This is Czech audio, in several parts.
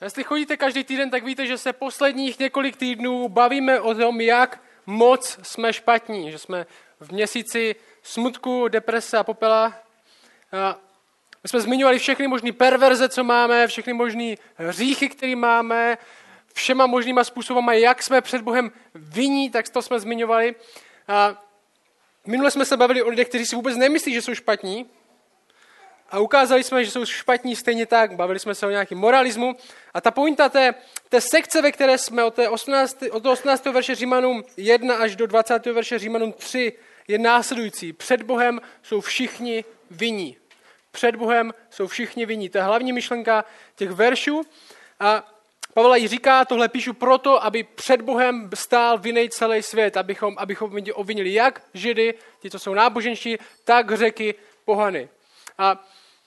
Jestli chodíte každý týden, tak víte, že se posledních několik týdnů bavíme o tom, jak moc jsme špatní, že jsme v měsíci smutku, deprese a popela. My jsme zmiňovali všechny možný perverze, co máme, všechny možný hříchy, které máme, všema možnýma způsobama, jak jsme před Bohem vinní, tak to jsme zmiňovali. Minule jsme se bavili o lidech, kteří si vůbec nemyslí, že jsou špatní. A ukázali jsme, že jsou špatní stejně tak. Bavili jsme se o nějakém moralismu. A ta pointa té sekce, ve které jsme od 18. verše Římanům 1 až do 20. verše Římanům 3, je následující. Před Bohem jsou všichni vinní. Před Bohem jsou všichni vinní. To je hlavní myšlenka těch veršů. A Pavel jí říká, tohle píšu proto, aby před Bohem stál vinnej celý svět, abychom obvinili jak Židy, ti, co jsou náboženští, tak Řeky, pohany. A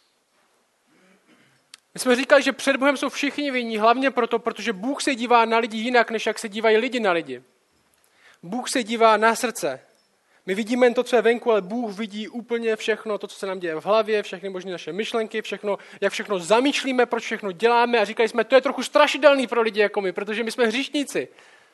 my jsme říkali, že před Bohem jsou všichni vinní, hlavně proto, protože Bůh se dívá na lidi jinak, než jak se dívají lidi na lidi. Bůh se dívá na srdce. My vidíme jen to, co je venku, ale Bůh vidí úplně všechno, to, co se nám děje v hlavě, všechny možné naše myšlenky, všechno, jak všechno zamýšlíme, proč všechno děláme a říkali jsme, to je trochu strašidelný pro lidi jako my, protože my jsme hříšníci.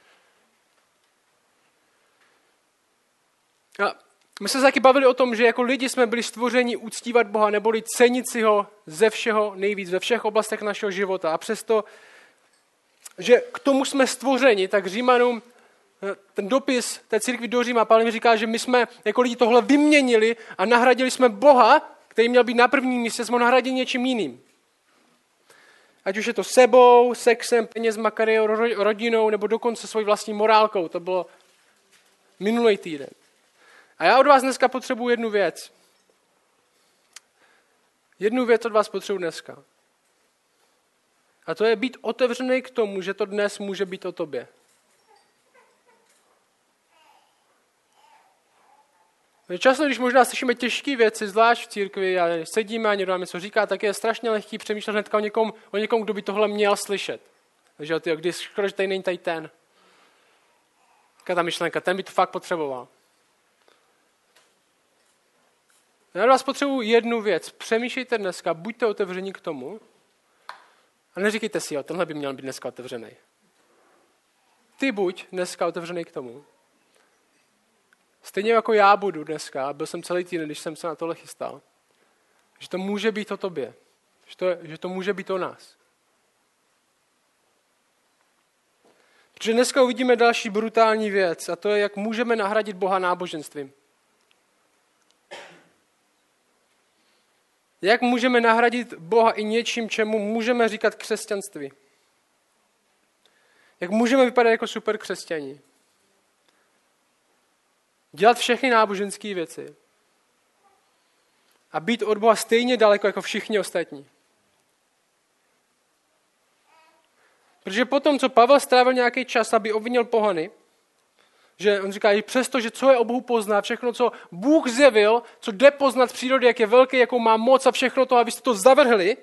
A my jsme se taky bavili o tom, že jako lidi jsme byli stvořeni uctívat Boha, neboli cenit si ho ze všeho nejvíc, ve všech oblastech našeho života. A přesto, že k tomu jsme stvořeni, tak Římanům ten dopis té církvi do Říma, Pavel mi říká, že my jsme jako lidi tohle vyměnili a nahradili jsme Boha, který měl být na prvním místě, jsme ho nahradili něčím jiným. Ať už je to sebou, sexem, penězma, kariérou, rodinou, nebo dokonce svojí vlastní morálkou. To bylo minulý týden. A já od vás dneska potřebuji jednu věc. Jednu věc od vás potřebuji dneska. A to je být otevřený k tomu, že to dnes může být o tobě. Často, když možná slyšíme těžké věci, zvlášť v církvi, a sedíme a někdo nám něco říká, tak je strašně lehký přemýšlet hnedka o někom, kdo by tohle měl slyšet. Takže když škoda, že tady není tady ten. Jaká ta myšlenka, ten by to fakt potřeboval. Já od vás potřebuji jednu věc. Přemýšlejte dneska, buďte otevření k tomu a neříkejte si, jo, tenhle by měl být dneska otevřený. Ty buď dneska otevřený k tomu. Stejně jako já budu dneska, byl jsem celý týden, když jsem se na tohle chystal, že to může být o tobě, že to může být o nás. Protože dneska uvidíme další brutální věc a to je, jak můžeme nahradit Boha náboženstvím. Jak můžeme nahradit Boha i něčím, čemu můžeme říkat křesťanství. Jak můžeme vypadat jako super křesťani. Dělat všechny náboženské věci. A být od Boha stejně daleko jako všichni ostatní. Protože potom, co Pavel strávil nějaký čas, aby obvinil pohany, že on říká, i přesto, že co je o Bohu pozná, všechno, co Bůh zjevil, co jde poznat v přírodě, jak je velký, jakou má moc a všechno to, abyste to zavrhli,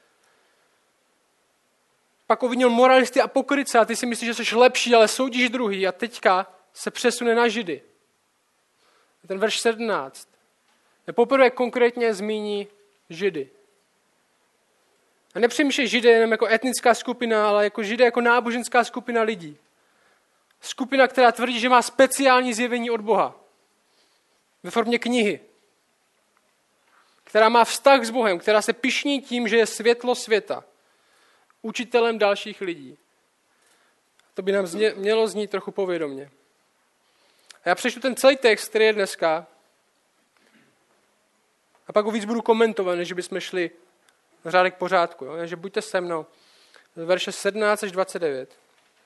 pak obvinil moralisty a pokrytce a ty si myslíš, že jsi lepší, ale soudíš druhý a teďka se přesune na Židy. Ten verš 17. Poprvé konkrétně zmíní Židy. A nepřemýšlej Židy jenom jako etnická skupina, ale jako Židy jako náboženská skupina lidí. Skupina, která tvrdí, že má speciální zjevení od Boha. Ve formě knihy. Která má vztah s Bohem, která se pyšní tím, že je světlo světa. Učitelem dalších lidí. To by nám mělo znít trochu povědomě. A já přečtu ten celý text, který je dneska. A pak ho víc budu komentovat, než bychom šli řádek pořádku. Jo? Takže buďte se mnou. Verše 17 až 29.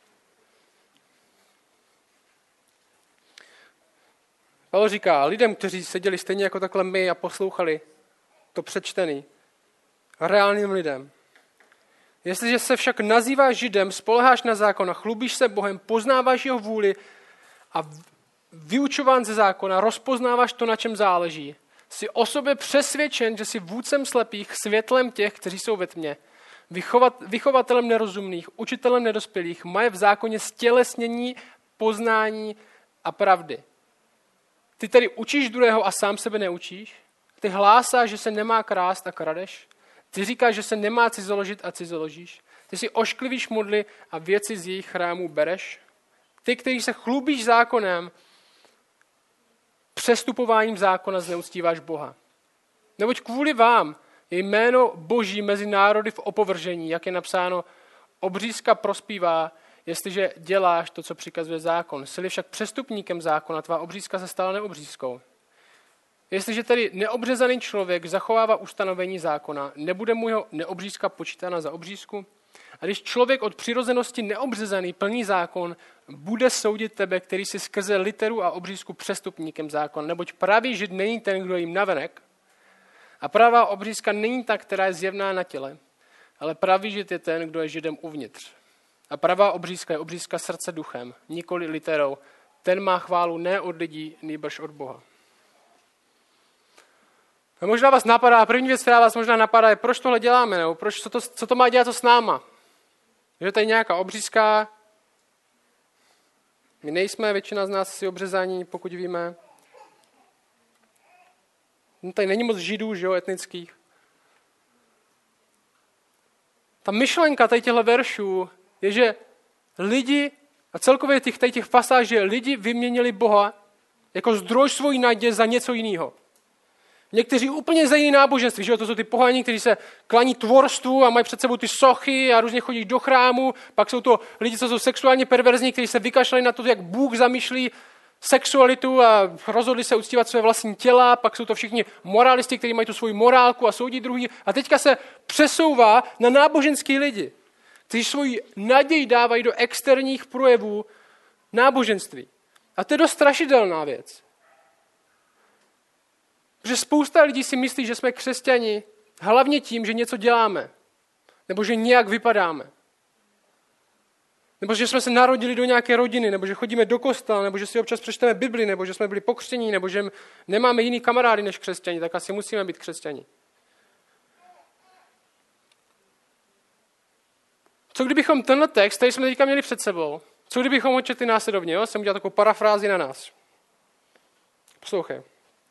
Pavel říká, lidem, kteří seděli stejně jako takhle my a poslouchali to přečtený, reálným lidem. Jestliže se však nazýváš Židem, spoleháš na zákon a chlubíš se Bohem, poznáváš jeho vůli a vyučován ze zákona, rozpoznáváš to, na čem záleží. Jsi o sobě přesvědčen, že jsi vůdcem slepých, světlem těch, kteří jsou ve tmě, vychovatelem nerozumných, učitelem nedospělých, mají v zákoně stělesnění, poznání a pravdy. Ty tedy učíš druhého a sám sebe neučíš? Ty hlásáš, že se nemá krást a kradeš? Ty říkáš, že se nemá cizoložit a cizoložíš. Ty si ošklivíš modly a věci z jejich chrámů bereš. Ty, který se chlubíš zákonem, přestupováním zákona zneuctíváš Boha. Neboť kvůli vám je jméno Boží mezi národy v opovržení, jak je napsáno, obřízka prospívá, jestliže děláš to, co přikazuje zákon. Jsi však přestupníkem zákona, tvá obřízka se stala neobřízkou. Jestliže tedy neobřezaný člověk zachovává ustanovení zákona, nebude mu jeho neobřízka počítána za obřízku? A když člověk od přirozenosti neobřezaný plní zákon, bude soudit tebe, který si skrze literu a obřízku přestupníkem zákona, neboť pravý žid není ten, kdo je jim navenek, a pravá obřízka není ta, která je zjevná na těle, ale pravý žid je ten, kdo je židem uvnitř. A pravá obřízka je obřízka srdce duchem, nikoli literou. Ten má chválu ne od lidí, nýbrž od Boha. A možná vás napadá, první věc, která vás možná napadá, je, proč tohle děláme, nebo co to má dělat to s náma. Že tady nějaká obřízka, my nejsme, většina z nás si obřezaní, pokud víme. No, tady není moc židů, že jo, etnických. Ta myšlenka tady těchto veršů je, že lidi, a celkově těch pasáží, lidi vyměnili Boha jako zdroj svojí naděje za něco jiného. Někteří úplně za jiný náboženství, že jo? To jsou ty pohaní, kteří se klaní tvorstvu a mají před sebou ty sochy a různě chodí do chrámu. Pak jsou to lidi, co jsou sexuálně perverzní, kteří se vykašlali na to, jak Bůh zamýšlí sexualitu a rozhodli se uctívat své vlastní těla. Pak jsou to všichni moralisti, kteří mají tu svoji morálku a soudí druhý. A teďka se přesouvá na náboženský lidi, kteří svoji naději dávají do externích projevů náboženství. A to je dost strašidelná věc. Protože spousta lidí si myslí, že jsme křesťani hlavně tím, že něco děláme. Nebo že nějak vypadáme. Nebo že jsme se narodili do nějaké rodiny, nebo že chodíme do kostela, nebo že si občas přečteme Bibli, nebo že jsme byli pokřtění, nebo že nemáme jiný kamarády než křesťani, tak asi musíme být křesťani. Co kdybychom tenhle text, který jsme teďka měli před sebou, co kdybychom ho četli následovně, jo? Jsem udělal takovou parafrázi na nás. Poslouchej.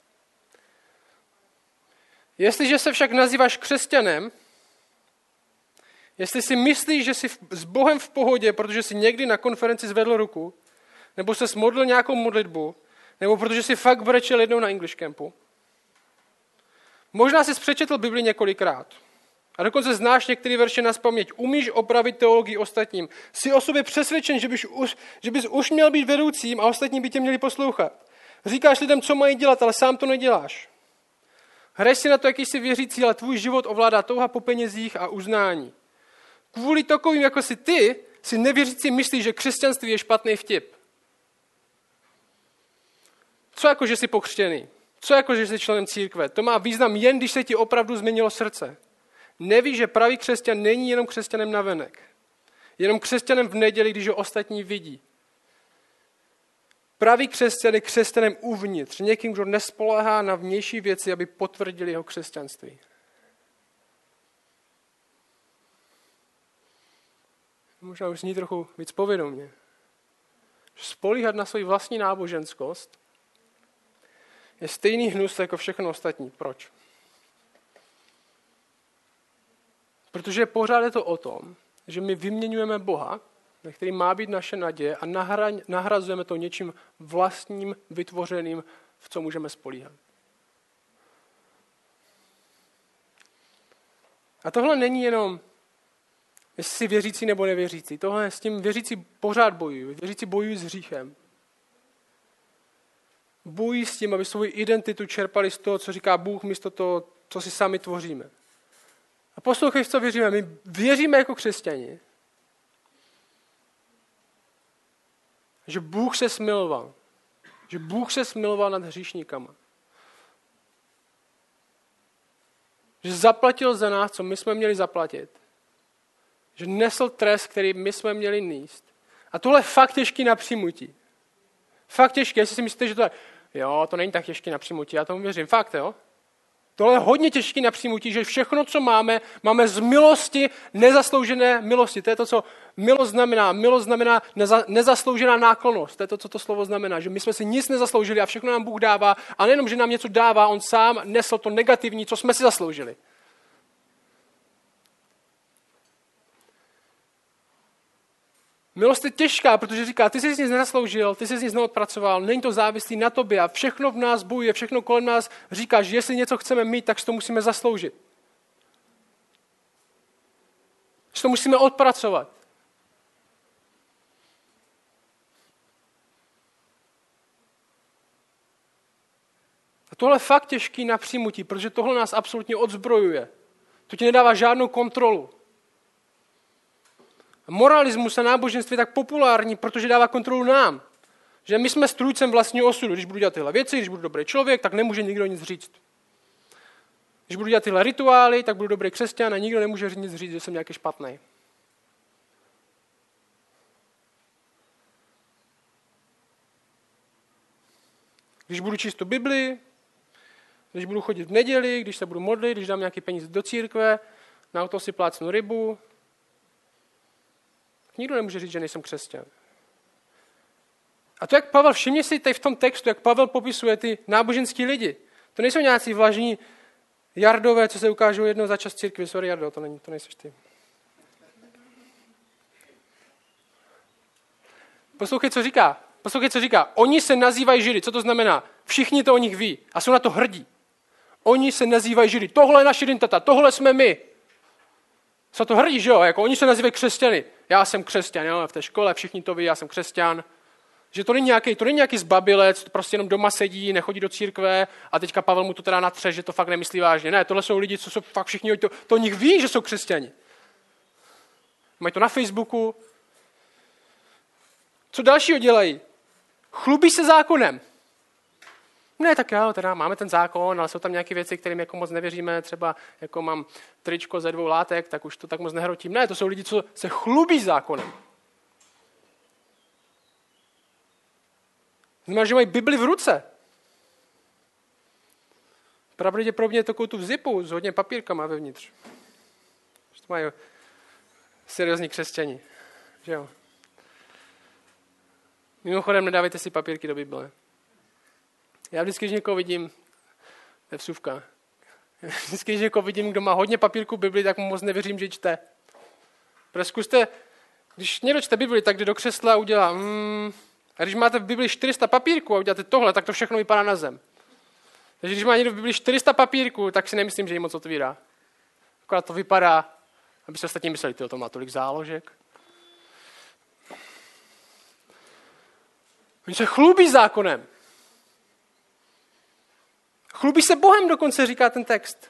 Jestliže se však nazýváš křesťanem, jestli si myslíš, že jsi s Bohem v pohodě, protože jsi někdy na konferenci zvedl ruku, nebo se modlil nějakou modlitbu, nebo protože jsi fakt brečel jednou na English campu, možná jsi přečetl Bibli několikrát a dokonce znáš některé verše nazpaměť, umíš opravit teologii ostatním, jsi o sobě přesvědčen, že bys už měl být vedoucím a ostatní by tě měli poslouchat. Říkáš lidem, co mají dělat, ale sám to neděláš. Hraješ si na to, jaký jsi věřící, ale tvůj život ovládá touha po penězích a uznání. Kvůli takovým, jako jsi ty, si nevěřící myslí, že křesťanství je špatný vtip. Co jako, že jsi pokřtěný? Co jako, že jsi členem církve? To má význam jen, když se ti opravdu změnilo srdce. Nevíš, že pravý křesťan není jenom křesťanem navenek. Jenom křesťanem v neděli, když ho ostatní vidí. Pravý křesťan je křesťanem uvnitř, někým, kdo nespoléhá na vnější věci, aby potvrdili jeho křesťanství. Možná už zní trochu víc povědomě. Spolíhat na svou vlastní náboženskost je stejný hnus jako všechno ostatní. Proč? Protože pořád je to o tom, že my vyměňujeme Boha, na který má být naše naděje, a nahrazujeme to něčím vlastním, vytvořeným, v co můžeme spolíhat. A tohle není jenom, jestli jsi věřící nebo nevěřící. Tohle s tím věřící pořád bojují. Věřící bojují s hříchem. Bojují s tím, aby svou identitu čerpali z toho, co říká Bůh, místo toho, co si sami tvoříme. A poslouchej, v co věříme. My věříme jako křesťani, že Bůh se smiloval. Že Bůh se smiloval nad hříšníkama. Že zaplatil za nás, co my jsme měli zaplatit. Že nesl trest, který my jsme měli nést. A tohle je fakt těžký na přijmutí. Fakt těžký. Jestli si myslíte, že to je, jo, to není tak těžký na přijmutí, já tomu věřím. Fakt, jo? Tohle je hodně těžký na přijmutí, že všechno, co máme, máme z milosti, nezasloužené milosti. To je to, co milost znamená. Milost znamená nezasloužená náklonnost. To je to, co to slovo znamená. Že my jsme si nic nezasloužili a všechno nám Bůh dává. A nejenom, že nám něco dává, on sám nesl to negativní, co jsme si zasloužili. Milost je těžká, protože říká, ty jsi nic nezasloužil, ty jsi nic neodpracoval, není to závislý na tobě a všechno v nás bojuje, všechno kolem nás říká, že jestli něco chceme mít, tak si to musíme zasloužit. Že to musíme odpracovat. A tohle je fakt těžký na přijmutí, protože tohle nás absolutně odzbrojuje. To ti nedává žádnou kontrolu. A moralismus a náboženství je tak populární, protože dává kontrolu nám. Že my jsme strůjcem vlastního osudu. Když budu dělat tyhle věci, když budu dobrý člověk, tak nemůže nikdo nic říct. Když budu dělat tyhle rituály, tak budu dobrý křesťan a nikdo nemůže nic říct, že jsem nějaký špatný. Když budu číst tu Bibli, když budu chodit v neděli, když se budu modlit, když dám nějaký peníze do církve, na auto si plácnu rybu, nikdo nemůže říct, že nejsem křesťan. A to, jak Pavel, všimně si tady v tom textu, jak Pavel popisuje ty náboženský lidi. To nejsou nějací vlažní jardové, co se ukážou jednou za čas církvi. Sorry, Jardo, to nejseš ty. Poslouchej, co říká. Oni se nazývají Židy. Co to znamená? Všichni to o nich ví a jsou na to hrdí. Oni se nazývají Židy. Tohle je naše identita, tohle jsme my. Jsou to hrdí, že jo? Jako oni se nazývají křesťany. Já jsem křesťan, jo? V té škole všichni to ví, já jsem křesťan. Že to není nějaký zbabilec, to prostě jenom doma sedí, nechodí do církve a teďka Pavel mu to teda natře, že to fakt nemyslí vážně. Ne, tohle jsou lidi, co jsou fakt všichni, to o nich ví, že jsou křesťani. Mají to na Facebooku. Co dalšího dělají? Chlubí se zákonem. Ne, tak jo, teda máme ten zákon, ale jsou tam nějaké věci, kterým jako moc nevěříme, třeba jako mám tričko ze 2 látek, tak už to tak moc nehrotím. Ne, to jsou lidi, co se chlubí zákonem. Znamená, že mají Bibli v ruce. Pravděpodobně takovou tu zipu s hodně papírkama vevnitř. Že to mají seriózní křesťani. Že jo? Mimochodem, nedávejte si papírky do Bible. Já vždycky, když někoho vidím, to je vsuvka. Vždycky, když někoho vidím, kdo má hodně papírků Bibli, tak mu moc nevěřím, že čte. Protože zkuste, když někdo čte Bibli, tak jde do křesla a udělá a když máte v Bibli 400 papírků a uděláte tohle, tak to všechno vypadá na zem. Takže když má někdo v Bibli 400 papírků, tak si nemyslím, že jim moc otvírá. Akorát to vypadá, aby se ostatní mysleli, že to má tolik záložek. Oni se chlubí zákonem. Chlubí se Bohem dokonce, říká ten text.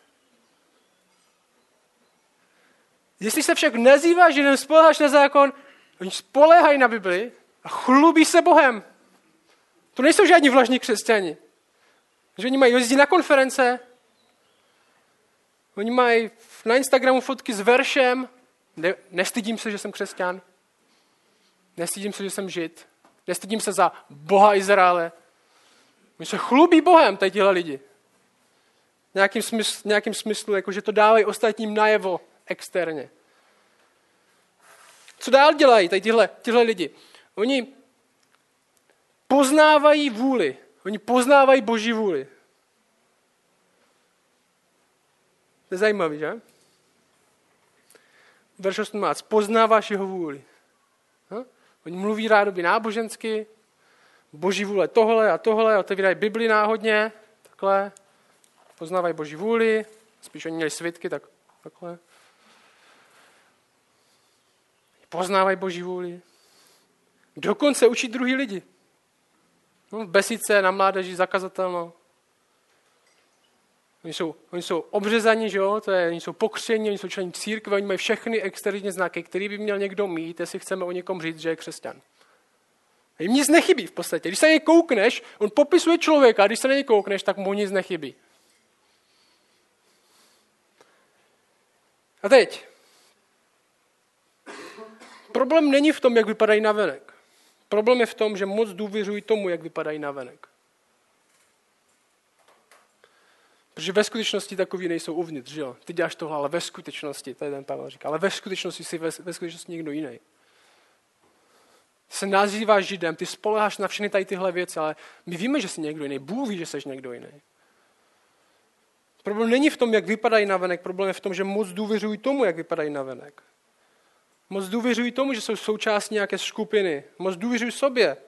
Jestli se však nazýváš, že nespoléháš na zákon, oni spoléhají na Bibli a chlubí se Bohem. To nejsou žádní vlažní křesťani. Že oni mají jezdit na konference, oni mají na Instagramu fotky s veršem, nestydím se, že jsem křesťan, nestydím se, že jsem Žid, nestydím se za Boha Izraele. Oni se chlubí Bohem, tady tihle lidi. Nějakým smyslu, jako že to dávají ostatním najevo externě. Co dál dělají tady tihle lidi? Oni poznávají vůli. Oni poznávají Boží vůli. To je zajímavý, že? Verš 18. Poznáváš jeho vůli. Oni mluví rádoby nábožensky, Boží vůle tohle a tohle, otevírají Bibli náhodně, takhle. Poznávají Boží vůli, spíš oni měli svědky, takhle. Poznávají Boží vůli. Dokonce učí druhý lidi. V besídce, na mládeži, zakazatelno. Oni jsou obřezaní, že jo? Oni jsou pokřtění, oni jsou členi církve, oni mají všechny externí znaky, který by měl někdo mít, jestli chceme o někom říct, že je křesťan. A jim nic nechybí v podstatě. Když se na něj koukneš, on popisuje člověka, a když se na něj koukneš, tak mu nic nechybí. A teď. Problém není v tom, jak vypadají navenek. Problém je v tom, že moc důvěřují tomu, jak vypadají navenek. Protože ve skutečnosti takový nejsou uvnitř, že jo? Ty děláš tohle, ale ve skutečnosti, tady ten Pavel říká, ale ve skutečnosti jsi ve skutečnosti někdo jiný. Ty se nazýváš Židem, ty spoléháš na všechny tady tyhle věci, ale my víme, že jsi někdo jiný. Bůh ví, že jsi někdo jiný. Problém není v tom, jak vypadají navenek, problém je v tom, že moc důvěřují tomu, jak vypadají navenek. Moc důvěřují tomu, že jsou součástí nějaké skupiny. Moc důvěřují sobě.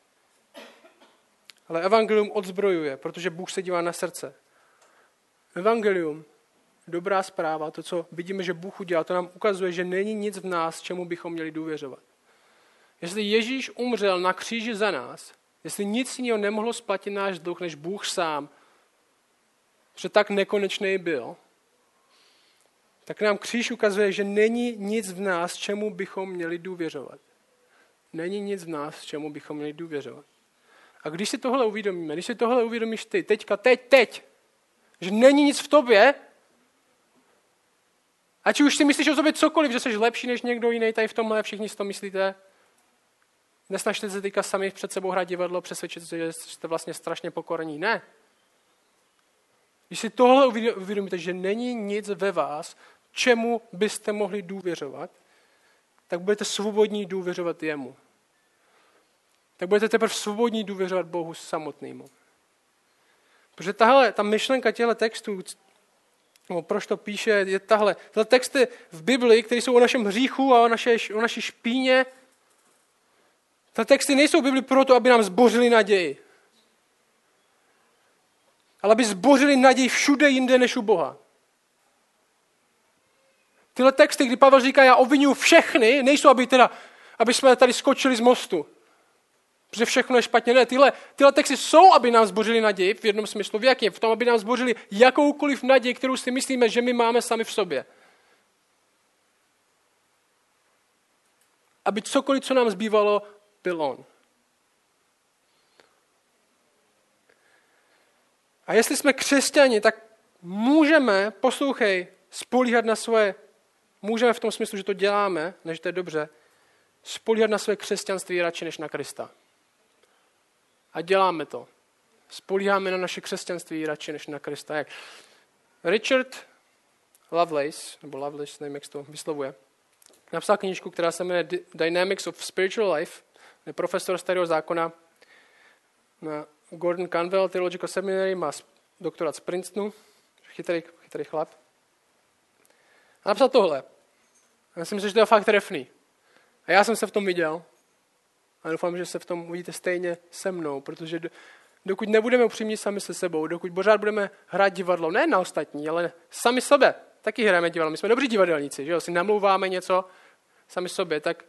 Ale evangelium odzbrojuje, protože Bůh se dívá na srdce. Evangelium, dobrá zpráva, to, co vidíme, že Bůh udělal, to nám ukazuje, že není nic v nás, čemu bychom měli důvěřovat. Jestli Ježíš umřel na kříži za nás, jestli nic jiného nemohlo splatit náš dluh, než Bůh sám, že tak nekonečný byl, tak nám kříž ukazuje, že není nic v nás, čemu bychom měli důvěřovat. Není nic v nás, čemu bychom měli důvěřovat. A když si tohle uvědomíme, když si tohle uvědomíš ty, teď, že není nic v tobě, ať už si myslíš o sobě cokoliv, že jsi lepší než někdo jiný, tady v tomhle všichni si to myslíte, nesnažte se teďka sami před sebou hrát divadlo, přesvědčit se, že jste vlastně strašně pokorní. Ne. Když si tohle uvědomíte, že není nic ve vás, čemu byste mohli důvěřovat, tak budete svobodní důvěřovat jemu. Tak budete teprve svobodní důvěřovat Bohu samotnému. Protože ta myšlenka těchto textů, proč to píše, je tahle. Tyhle texty v Biblii, které jsou o našem hříchu a o naší špíně, ty texty nejsou v Biblii proto, aby nám zbořili naději. Ale aby zbořili naději všude jinde než u Boha. Tyhle texty, kdy Pavel říká, já obvinuju všechny, nejsou, aby jsme tady skočili z mostu. Protože všechno je špatně. Ne, tyhle texty jsou, aby nám zbořili naději v jednom smyslu. V jakém? V tom, aby nám zbořili jakoukoliv naději, kterou si myslíme, že my máme sami v sobě. Aby cokoliv, co nám zbývalo, byl on. A jestli jsme křesťani, tak můžeme, poslouchej, spolíhat na svoje, můžeme v tom smyslu, že to děláme, než to je dobře, spolíhat na své křesťanství radši než na Krista. A děláme to. Spolíháme na naše křesťanství radši než na Krista. Jak? Richard Lovelace, nevím, jak se to vyslovuje, napsal knížku, která se jmenuje Dynamics of Spiritual Life, je profesor starého zákona na Gordon Conwell Theological Seminary, má doktorát z Princetonu, chytrý chlap. A napsal tohle. A myslím si, že to je fakt trefný. A já jsem se v tom viděl. A doufám, že se v tom uvidíte stejně se mnou, protože dokud nebudeme upřímní sami se sebou, dokud pořád budeme hrát divadlo, ne na ostatní, ale sami sebe, taky hrajeme divadlo. My jsme dobří divadelníci, že jo? Si namlouváme něco sami sobě, tak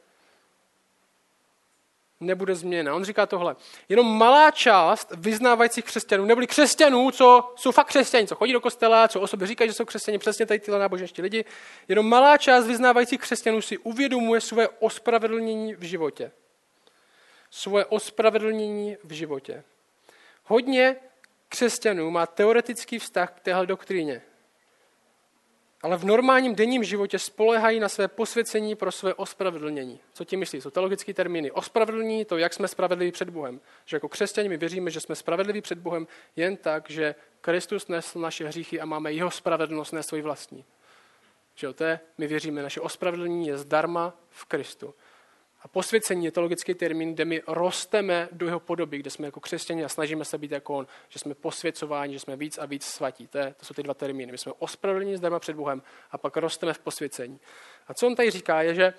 nebude změna. On říká tohle. Jenom malá část vyznávajících křesťanů, neboli křesťanů, co jsou fakt křesťané, co chodí do kostela, co o sobě říkají, že jsou křesťané, přesně tady tyhle náboženští lidi, jenom malá část vyznávajících křesťanů si uvědomuje své ospravedlnění v životě. Svoje ospravedlnění v životě. Hodně křesťanů má teoretický vztah k téhle doktríně. Ale v normálním denním životě spoléhají na své posvěcení pro své ospravedlnění. Co tím myslí? Jsou teologické termíny. Ospravedlnění, to, jak jsme spravedliví před Bohem. Že jako křesťani my věříme, že jsme spravedliví před Bohem jen tak, že Kristus nesl naše hříchy a máme jeho spravedlnost, ne svůj vlastní. Že to je, my věříme, naše ospravedlnění je zdarma v Kristu. A posvěcení je teologický termín, kde my rosteme do jeho podoby, kde jsme jako křesťané a snažíme se být jako on, že jsme posvěcováni, že jsme víc a víc svatí. To jsou ty dva termíny. My jsme ospravedlněni zdarma před Bohem a pak rosteme v posvěcení. A co on tady říká, je,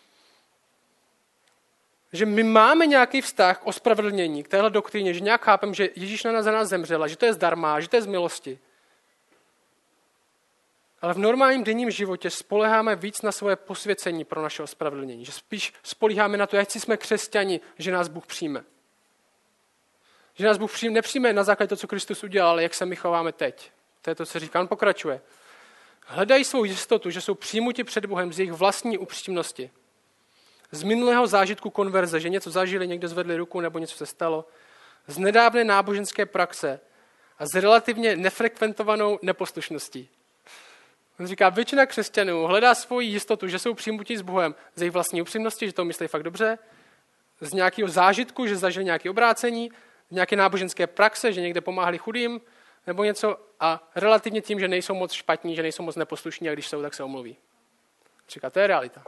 že my máme nějaký vztah k ospravedlnění, k téhle doktríně, že nějak chápem, že Ježíš na nás za nás zemřel, že to je zdarma, že to je z milosti. Ale v normálním denním životě spoléháme víc na svoje posvěcení pro naše ospravedlnění. Že spíš spolíháme na to, jak jsme křesťani, že nás Bůh přijme. Že nás Bůh nepřijme na základě toho, co Kristus udělal, ale jak se my chováme teď. To je to, co říká. On pokračuje. Hledají svou jistotu, že jsou přijmuti před Bohem z jejich vlastní upřímnosti. Z minulého zážitku konverze, že něco zažili, někde zvedli ruku nebo něco se stalo. Z nedávné náboženské praxe a s relativně nefrekventovanou neposlušností. On říká, většina křesťanů hledá svoji jistotu, že jsou přijmutí s Bohem z jejich vlastní upřímnosti, že to myslí fakt dobře, z nějakého zážitku, že zažili nějaké obrácení, z nějaké náboženské praxe, že někde pomáhali chudým, nebo něco a relativně tím, že nejsou moc špatní, že nejsou moc neposlušní a když jsou, tak se omluví. Říká, to je realita.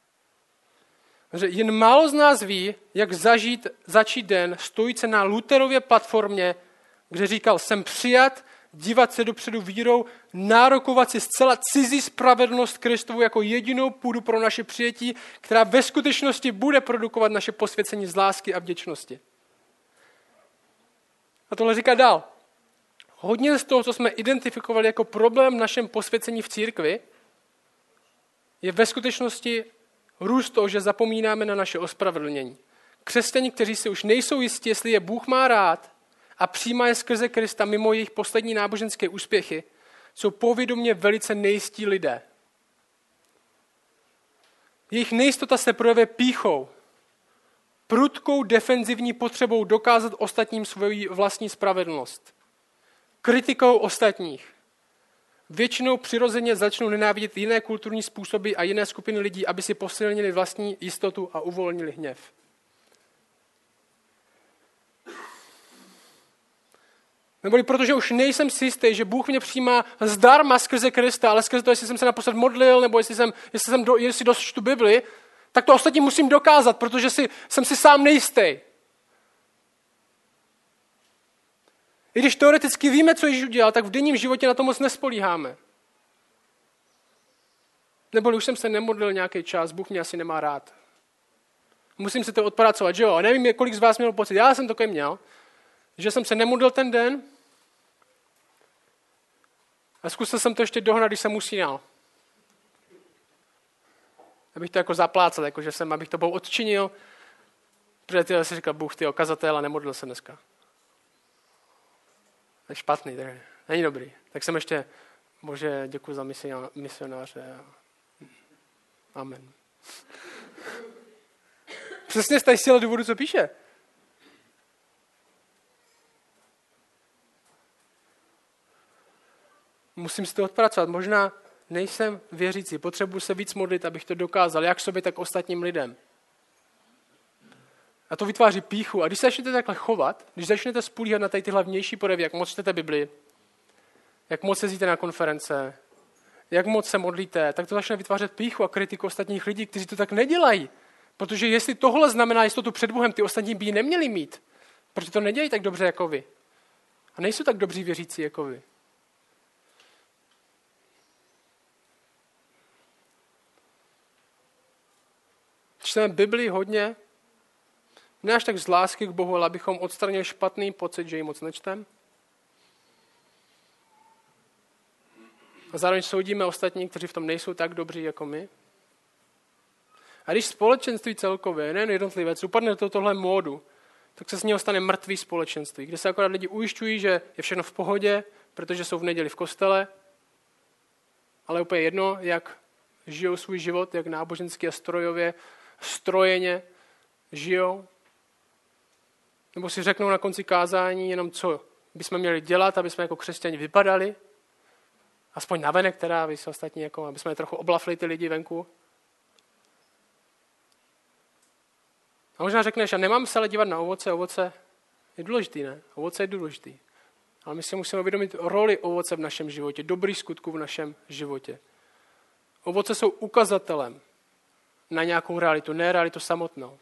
Jen málo z nás ví, jak začít den stojíce na Lutherově platformě, kde říkal, jsem přijat, dívat se dopředu vírou, nárokovat si zcela cizí spravedlnost Kristovu jako jedinou půdu pro naše přijetí, která ve skutečnosti bude produkovat naše posvěcení z lásky a vděčnosti. A tohle říká dál. Hodně z toho, co jsme identifikovali jako problém v našem posvěcení v církvi, je ve skutečnosti růst toho, že zapomínáme na naše ospravedlnění. Křesťané, kteří si už nejsou jistí, jestli je Bůh má rád a přijímá je skrze Krista mimo jejich poslední náboženské úspěchy, jsou povědomě velice nejistí lidé. Jejich nejistota se projevuje pýchou, prudkou defenzivní potřebou dokázat ostatním svoji vlastní spravedlnost, kritikou ostatních. Většinou přirozeně začnou nenávidět jiné kulturní způsoby a jiné skupiny lidí, aby si posilnili vlastní jistotu a uvolnili hněv. Neboli protože už nejsem si jistý, že Bůh mě přijímá zdarma skrze Krista, ale skrze to, jestli jsem se naposled modlil, nebo jestli dočtu Bibli, tak to ostatní musím dokázat, protože jsem si sám nejistý. I když teoreticky víme, co Ježíš udělal, tak v denním životě na to moc nespolíháme. Neboli už jsem se nemodlil nějaký čas, Bůh mě asi nemá rád. Musím si to odpracovat, že jo? A nevím, kolik z vás mělo pocit, já jsem takový měl, že jsem se nemodlil ten den a zkusil jsem to ještě dohnat, když jsem usínal. Abych to jako zaplácal, jako že abych to Bohu odčinil, protože si říkal, Bůh, ty kazatel a nemodlil se dneska. To je špatný, tak není dobrý. Tak jsem ještě, Bože, děkuji za misionáře. Amen. Přesně z té síle důvodu, co píše. Musím si to odpracovat. Možná nejsem věřící, potřebuji se víc modlit, abych to dokázal, jak sobě, tak ostatním lidem. A to vytváří pýchu. A když se začnete takhle chovat, když začnete spolíhat na tyhle vnější projevy, jak moc čtete Bibli, jak moc jezdíte na konference, jak moc se modlíte, tak to začne vytvářet pýchu a kritiku ostatních lidí, kteří to tak nedělají. Protože jestli tohle znamená jistotu před Bohem, ty ostatní by ji neměli mít. Protože to nedělají tak dobře jako vy. A nejsou tak dobří věřící jako vy. Čteme Bibli hodně, ne až tak z lásky k Bohu, ale abychom odstranili špatný pocit, že ji moc nečtem. A zároveň soudíme ostatní, kteří v tom nejsou tak dobří jako my. A když společenství celkově, nejen jednotlivec, upadne do tohle módu, tak se z něho stane mrtvý společenství, kde se akorát lidi ujišťují, že je všechno v pohodě, protože jsou v neděli v kostele, ale úplně jedno, jak žijou svůj život, jak nábožensky a strojeně žijou. Nebo si řeknou na konci kázání jenom, co bychom měli dělat, aby jsme jako křesťani vypadali. Aspoň navenek teda, aby se ostatní, jako, aby jsme trochu oblafli ty lidi venku. A možná řekneš, a nemám se ale dívat na ovoce, ovoce je důležitý, ne? Ovoce je důležitý. Ale my si musíme uvědomit roli ovoce v našem životě, dobrých skutků v našem životě. Ovoce jsou ukazatelem na nějakou realitu, ne realitu samotnou.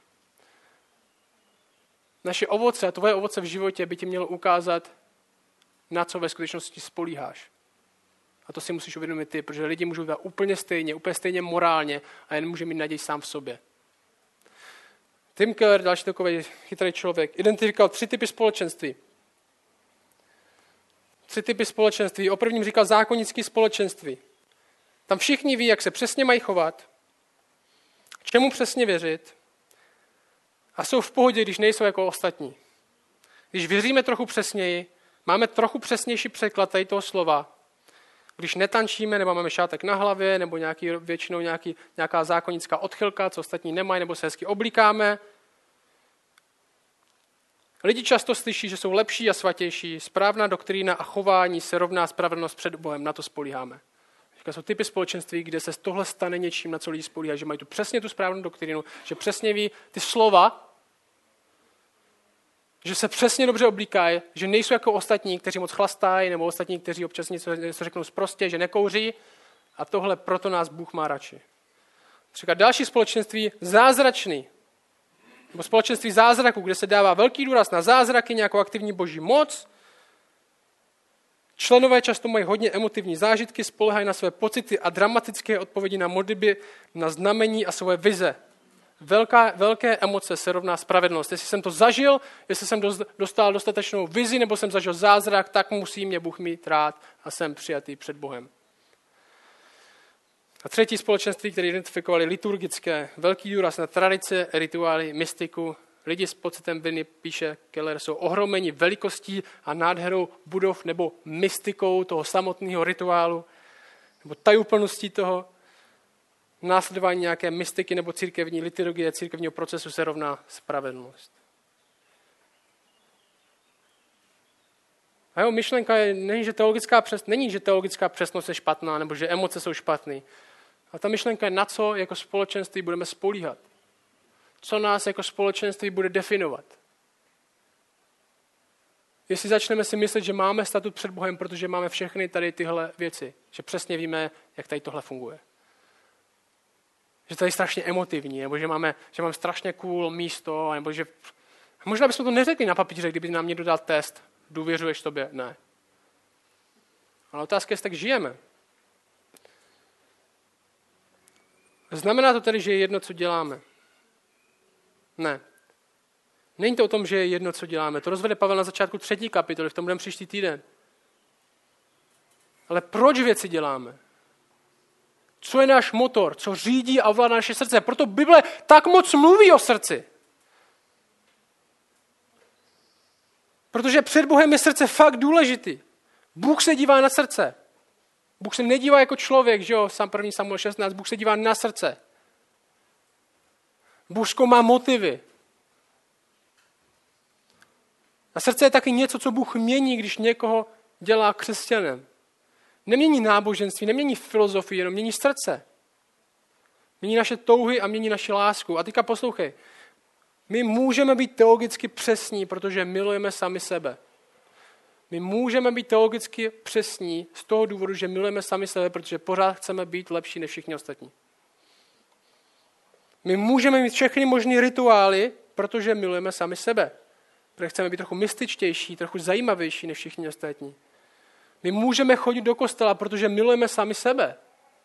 Naše ovoce a tvoje ovoce v životě by ti mělo ukázat, na co ve skutečnosti spolíháš. A to si musíš uvědomit ty, protože lidi můžou být úplně stejně morálně a jen může mít naději sám v sobě. Tim Keller, další takový chytrý člověk, identifikoval 3 typy společenství. 3 typy společenství. O prvním říkal zákonnické společenství. Tam všichni ví, jak se přesně mají chovat, čemu přesně věřit a jsou v pohodě, když nejsou jako ostatní. Když věříme trochu přesněji, máme trochu přesnější překlad tady toho slova, když netančíme, nebo máme šátek na hlavě, nebo většinou nějaká zákonnická odchylka, co ostatní nemají, nebo se hezky oblíkáme. Lidi často slyší, že jsou lepší a svatější, správná doktrína a chování se rovná spravedlnost před Bohem, na to spolíháme. Jsou typy společenství, kde se z tohle stane něčím, na co lidi spolíhají, že mají přesně tu správnou doktrínu, že přesně ví ty slova, že se přesně dobře oblíkají, že nejsou jako ostatní, kteří moc chlastají, nebo ostatní, kteří občas něco řeknou sprostě, že nekouří. A tohle proto nás Bůh má radši. Třeba další společenství zázračný. Nebo společenství zázraků, kde se dává velký důraz na zázraky, nějakou aktivní boží moc. Členové často mají hodně emotivní zážitky, spoléhají na své pocity a dramatické odpovědi na modlitby, na znamení a své vize. Velké emoce se rovná spravedlnost. Jestli jsem to zažil, jestli jsem dostal dostatečnou vizi, nebo jsem zažil zázrak, tak musí mě Bůh mít rád a jsem přijatý před Bohem. A třetí společenství, které identifikovali liturgické, velký důraz na tradice, rituály, mystiku. Lidi s pocitem viny, píše Keller, jsou ohromeni velikostí a nádherou budov nebo mystikou toho samotného rituálu, nebo tajuplností toho. Následování nějaké mystiky nebo církevní liturgie, církevního procesu se rovná spravedlnost. A jeho myšlenka není, že teologická přesnost je špatná, nebo že emoce jsou špatné. A ta myšlenka je, na co jako společenství budeme spolíhat. Co nás jako společenství bude definovat. Jestli začneme si myslet, že máme statut před Bohem, protože máme všechny tady tyhle věci, že přesně víme, jak tady tohle funguje. Že to je strašně emotivní, nebo že máme strašně cool místo, nebo že... Možná bychom to neřekli na papíře, kdyby nám někdo dal test. Důvěřuješ tobě? Ne. Ale otázka je, tak žijeme. Znamená to tedy, že je jedno, co děláme? Ne. Není to o tom, že je jedno, co děláme. To rozvede Pavel na začátku 3. kapitoly, v tom budeme příští týden. Ale proč věci děláme? Co je náš motor? Co řídí a ovládá naše srdce? Proto Bible tak moc mluví o srdci. Protože před Bohem je srdce fakt důležitý. Bůh se dívá na srdce. Bůh se nedívá jako člověk, že jo, 1. Samuel 16, Bůh se dívá na srdce. Bůh zkoumá motivy. A srdce je taky něco, co Bůh mění, když někoho dělá křesťanem. Nemění náboženství, nemění filozofii, jenom mění srdce. Mění naše touhy a mění naši lásku. A teďka poslouchej. My můžeme být teologicky přesní, protože milujeme sami sebe. My můžeme být teologicky přesní z toho důvodu, že milujeme sami sebe, protože pořád chceme být lepší než všichni ostatní. My můžeme mít všechny možné rituály, protože milujeme sami sebe. Protože chceme být trochu mystičtější, trochu zajímavější než všichni ostatní. My můžeme chodit do kostela, protože milujeme sami sebe.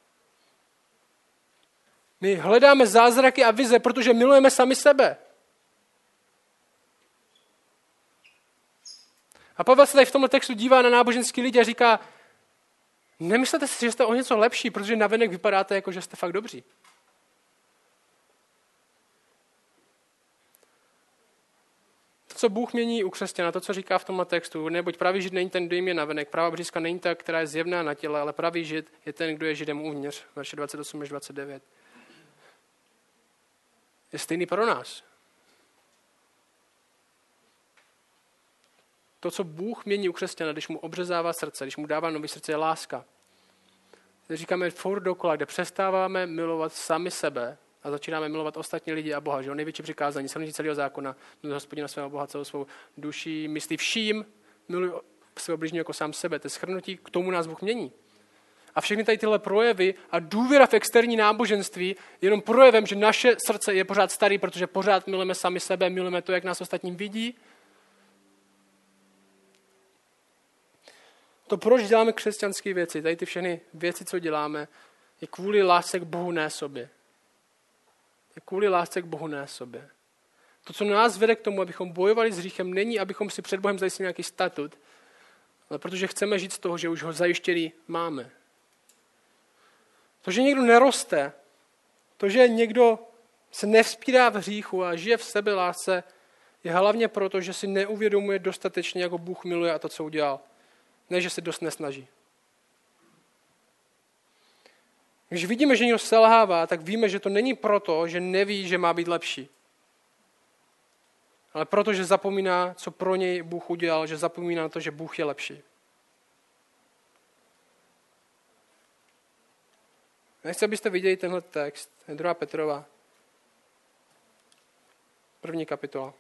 My hledáme zázraky a vize, protože milujeme sami sebe. A Pavel se tady v tomto textu dívá na náboženský lidi a říká, nemyslete si, že jste o něco lepší, protože navenek vypadáte jako, že jste fakt dobří. To, co Bůh mění u křesťana, to, co říká v tomhle textu, neboť pravý žid není ten, kdo jim je navenek, pravá břízka není ta, která je zjevná na těle, ale pravý žid je ten, kdo je židem uvnitř, verše 28 až 29. Je stejný pro nás. To, co Bůh mění u křesťana, když mu obřezává srdce, když mu dává nový srdce, je láska. Když říkáme furt dokola, kde přestáváme milovat sami sebe a začínáme milovat ostatní lidi a Boha, že on největší přikázání, shrnutí celého zákona, miluj Hospodina svého Boha celou svou duší, myslí vším, miluj svého bližního jako sám sebe. To je shrnutí, k tomu nás Bůh mění. A všechny tady tyhle projevy a důvěra v externí náboženství je jenom projevem, že naše srdce je pořád starý, protože pořád milujeme sami sebe, milujeme to, jak nás ostatním vidí. To, proč děláme křesťanské věci, tady ty všechny věci, co děláme, je kvůli lásce k Bohu, ne sobě. Je kvůli lásce k Bohu, ne sobě. To, co nás vede k tomu, abychom bojovali s hříchem, není, abychom si před Bohem zajistili nějaký statut, ale protože chceme žít z toho, že už ho zajištěný máme. To, že někdo neroste, to, že někdo se nevzpírá v hříchu a žije v sebelásce, je hlavně proto, že si neuvědomuje dostatečně, jako Bůh miluje a to, co udělal. Ne, že se dost nesnaží. Když vidíme, že někdo selhává, tak víme, že to není proto, že neví, že má být lepší. Ale proto, že zapomíná, co pro něj Bůh udělal, že zapomíná na to, že Bůh je lepší. Nechci, abyste viděli tenhle text. 2. Petrova. 1. kapitola.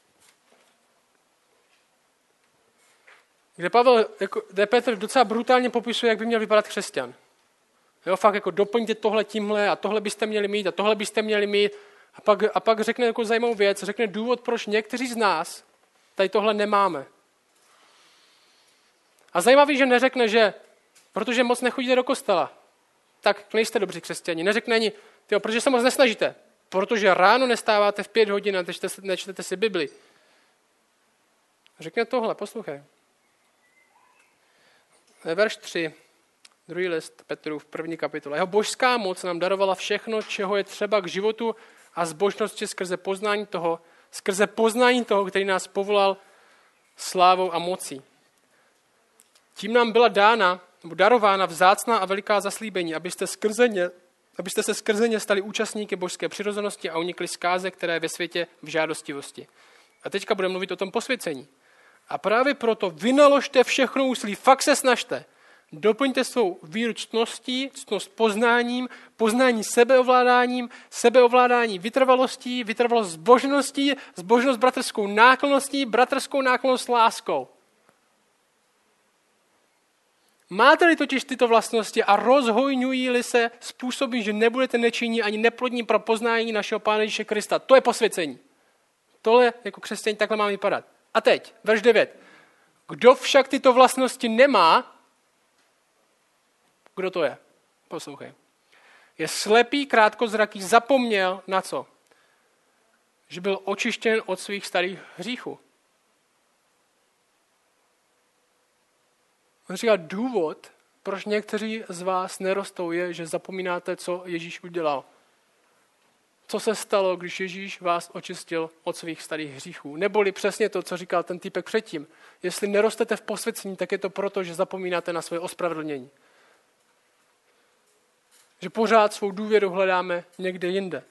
Kde Petr docela brutálně popisuje, jak by měl vypadat křesťan. Jo, fakt jako doplňte tohle tímhle a tohle byste měli mít a tohle byste měli mít. A pak řekne jako zajímavou věc, řekne důvod, proč někteří z nás tady tohle nemáme. A zajímavý, že neřekne, že protože moc nechodíte do kostela, tak nejste dobří křesťani. Neřekne ani, protože se moc nesnažíte, protože ráno nestáváte v 5 hodin a nečtete si Bibli. Řekne tohle, poslouchej. Verš 3, 2. list Petrův, 1. kapitola. Jeho božská moc nám darovala všechno, čeho je třeba k životu a zbožnosti skrze poznání toho, který nás povolal slávou a mocí. Tím nám byla darována vzácná a veliká zaslíbení, abyste se skrze ně stali účastníky božské přirozenosti a unikli zkáze, které je ve světě v žádostivosti. A teďka budeme mluvit o tom posvěcení. A právě proto vynaložte všechno úsilí, fakt se snažte. Doplňte svou víru ctností, ctnost poznáním, poznání sebeovládání vytrvalostí, vytrvalost zbožností, zbožnost bratrskou náklonností, bratrskou náklonnost láskou. Máte-li totiž tyto vlastnosti a rozhojňují-li se způsobem, že nebudete nečinní ani neplodní pro poznání našeho Pána Ježíše Krista. To je posvěcení. Tohle jako křesťané takhle má vypadat. A teď, verš 9. Kdo však tyto vlastnosti nemá, kdo to je? Poslouchej. Je slepý, krátkozraký, zapomněl na co? Že byl očištěn od svých starých hříchů. On říká, důvod, proč někteří z vás nerostou, je, že zapomínáte, co Ježíš udělal. Co se stalo, když Ježíš vás očistil od svých starých hříchů. Neboli přesně to, co říkal ten týpek předtím. Jestli nerostete v posvěcení, tak je to proto, že zapomínáte na své ospravedlnění. Že pořád svou důvěru hledáme někde jinde.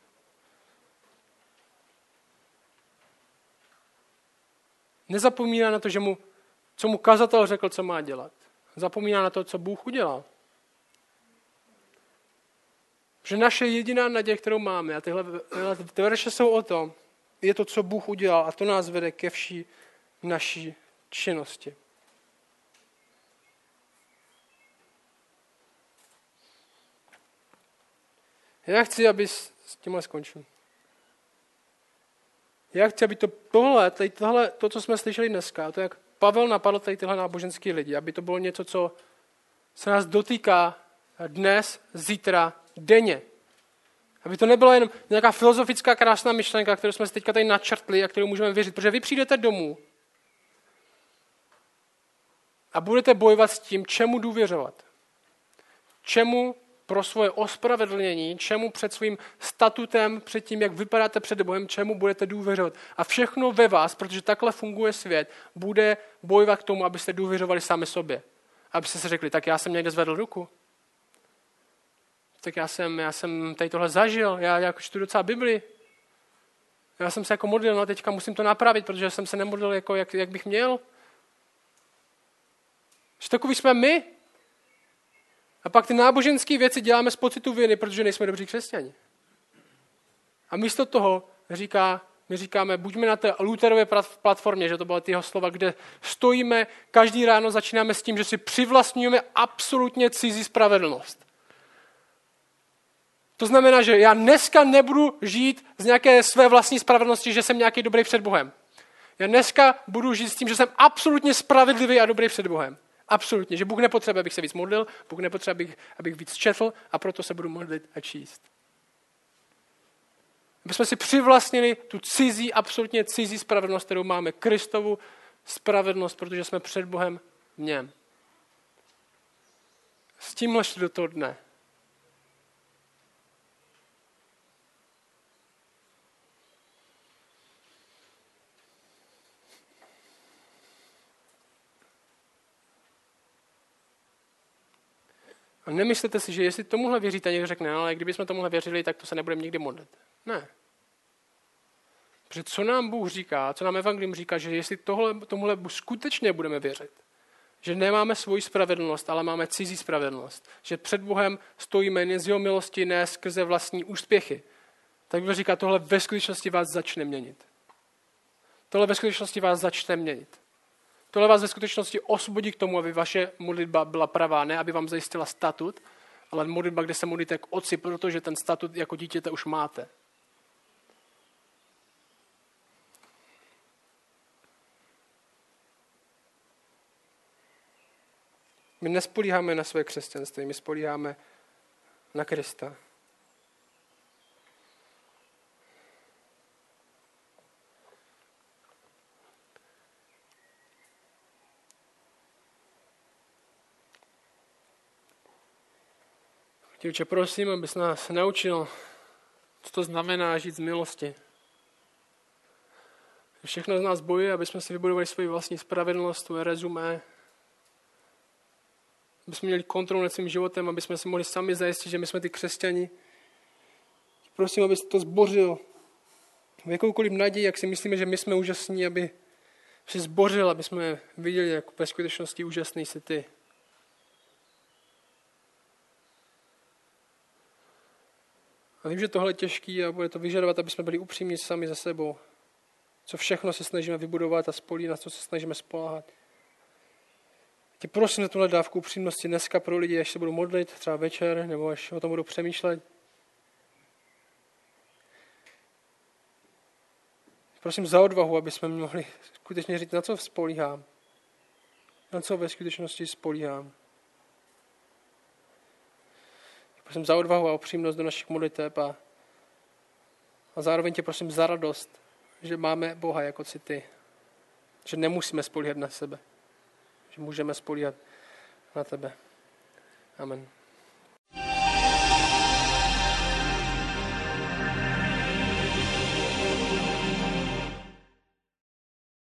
Nezapomíná na to, co mu kazatel řekl, co má dělat. Zapomíná na to, co Bůh udělal. Že naše jediná naděje, kterou máme, a tyhle verše jsou o tom, je to, co Bůh udělal a to nás vede ke vší naší činnosti. Já chci, aby s tímhle skončil. Já chci, aby to, co jsme slyšeli dneska, to, jak Pavel napadl tady tyhle náboženský lidi, aby to bylo něco, co se nás dotýká dnes, zítra, denně. Aby to nebyla jen nějaká filozofická krásná myšlenka, kterou jsme si teďka tady načrtli a kterou můžeme věřit. Protože vy přijdete domů a budete bojovat s tím, čemu důvěřovat. Čemu pro svoje ospravedlnění, čemu před svým statutem, před tím, jak vypadáte před Bohem, čemu budete důvěřovat. A všechno ve vás, protože takhle funguje svět, bude bojovat k tomu, abyste důvěřovali sami sobě. Abyste si řekli, tak já jsem někde zvedl ruku. Tak já jsem tady tohle zažil, já jako čtu docela Bibli. Já jsem se jako modlil, no teďka musím to napravit, protože jsem se nemodlil, jako jak bych měl. Že takový jsme my. A pak ty náboženské věci děláme z pocitu viny, protože nejsme dobří křesťani. A místo toho my říkáme, buďme na té Lutherově platformě, že to byla jeho slova, kde stojíme, každý ráno začínáme s tím, že si přivlastňujeme absolutně cizí spravedlnost. To znamená, že já dneska nebudu žít z nějaké své vlastní spravedlnosti, že jsem nějaký dobrý před Bohem. Já dneska budu žít s tím, že jsem absolutně spravedlivý a dobrý před Bohem. Absolutně, že Bůh nepotřebuje, abych se víc modlil, Bůh nepotřebuje, abych víc četl a proto se budu modlit a číst. Aby jsme si přivlastnili tu absolutně cizí spravedlnost, kterou máme, Kristovu spravedlnost, protože jsme před Bohem v něm. S tímhle šli do toho dne. A nemyslete si, že jestli tomuhle věříte, někdo řekne, ale kdybychom tomuhle věřili, tak to se nebudeme nikdy modlit. Ne. Protože co nám Bůh říká, co nám Evangelium říká, že jestli tomuhle skutečně budeme věřit, že nemáme svoji spravedlnost, ale máme cizí spravedlnost, že před Bohem stojíme jen z jeho milosti, ne skrze vlastní úspěchy, tak Bůh říká, tohle ve skutečnosti vás začne měnit. Tohle ve skutečnosti vás začne měnit. Tohle vás ve skutečnosti osvobodí k tomu, aby vaše modlitba byla pravá, ne aby vám zajistila statut, ale modlitba, kde se modlíte k Otci, protože ten statut jako dítěte už máte. My nespolíháme na své křesťanství, my spolíháme na Krista. Otče, prosím, abys nás naučil, co to znamená žít z milosti. Všechno z nás bojuje, aby jsme si vybudovali svoji vlastní spravedlnost, svoje rezumé, aby jsme měli kontrolu nad svým životem, aby jsme si mohli sami zajistit, že my jsme ty křesťani. Prosím, abys to zbořil v jakoukoliv naději, jak si myslíme, že my jsme úžasní, aby si zbořil, aby jsme viděli, jak ve skutečnosti úžasný jsi ty. A vím, že tohle je těžký a bude to vyžadovat, aby jsme byli upřímní sami za sebou. Co všechno se snažíme vybudovat a na co se snažíme spoléhat. Tě prosím za tuhle dávku upřímnosti dneska pro lidi, až se budou modlit, třeba večer, nebo až o tom budou přemýšlet. Prosím za odvahu, aby jsme mohli skutečně říct, na co spolíhám. Na co ve skutečnosti spolíhám. Prosím za odvahu a upřímnost do našich modliteb a zároveň tě prosím za radost, že máme Boha jako si ty. Že nemusíme spolíhat na sebe. Že můžeme spolíhat na tebe. Amen.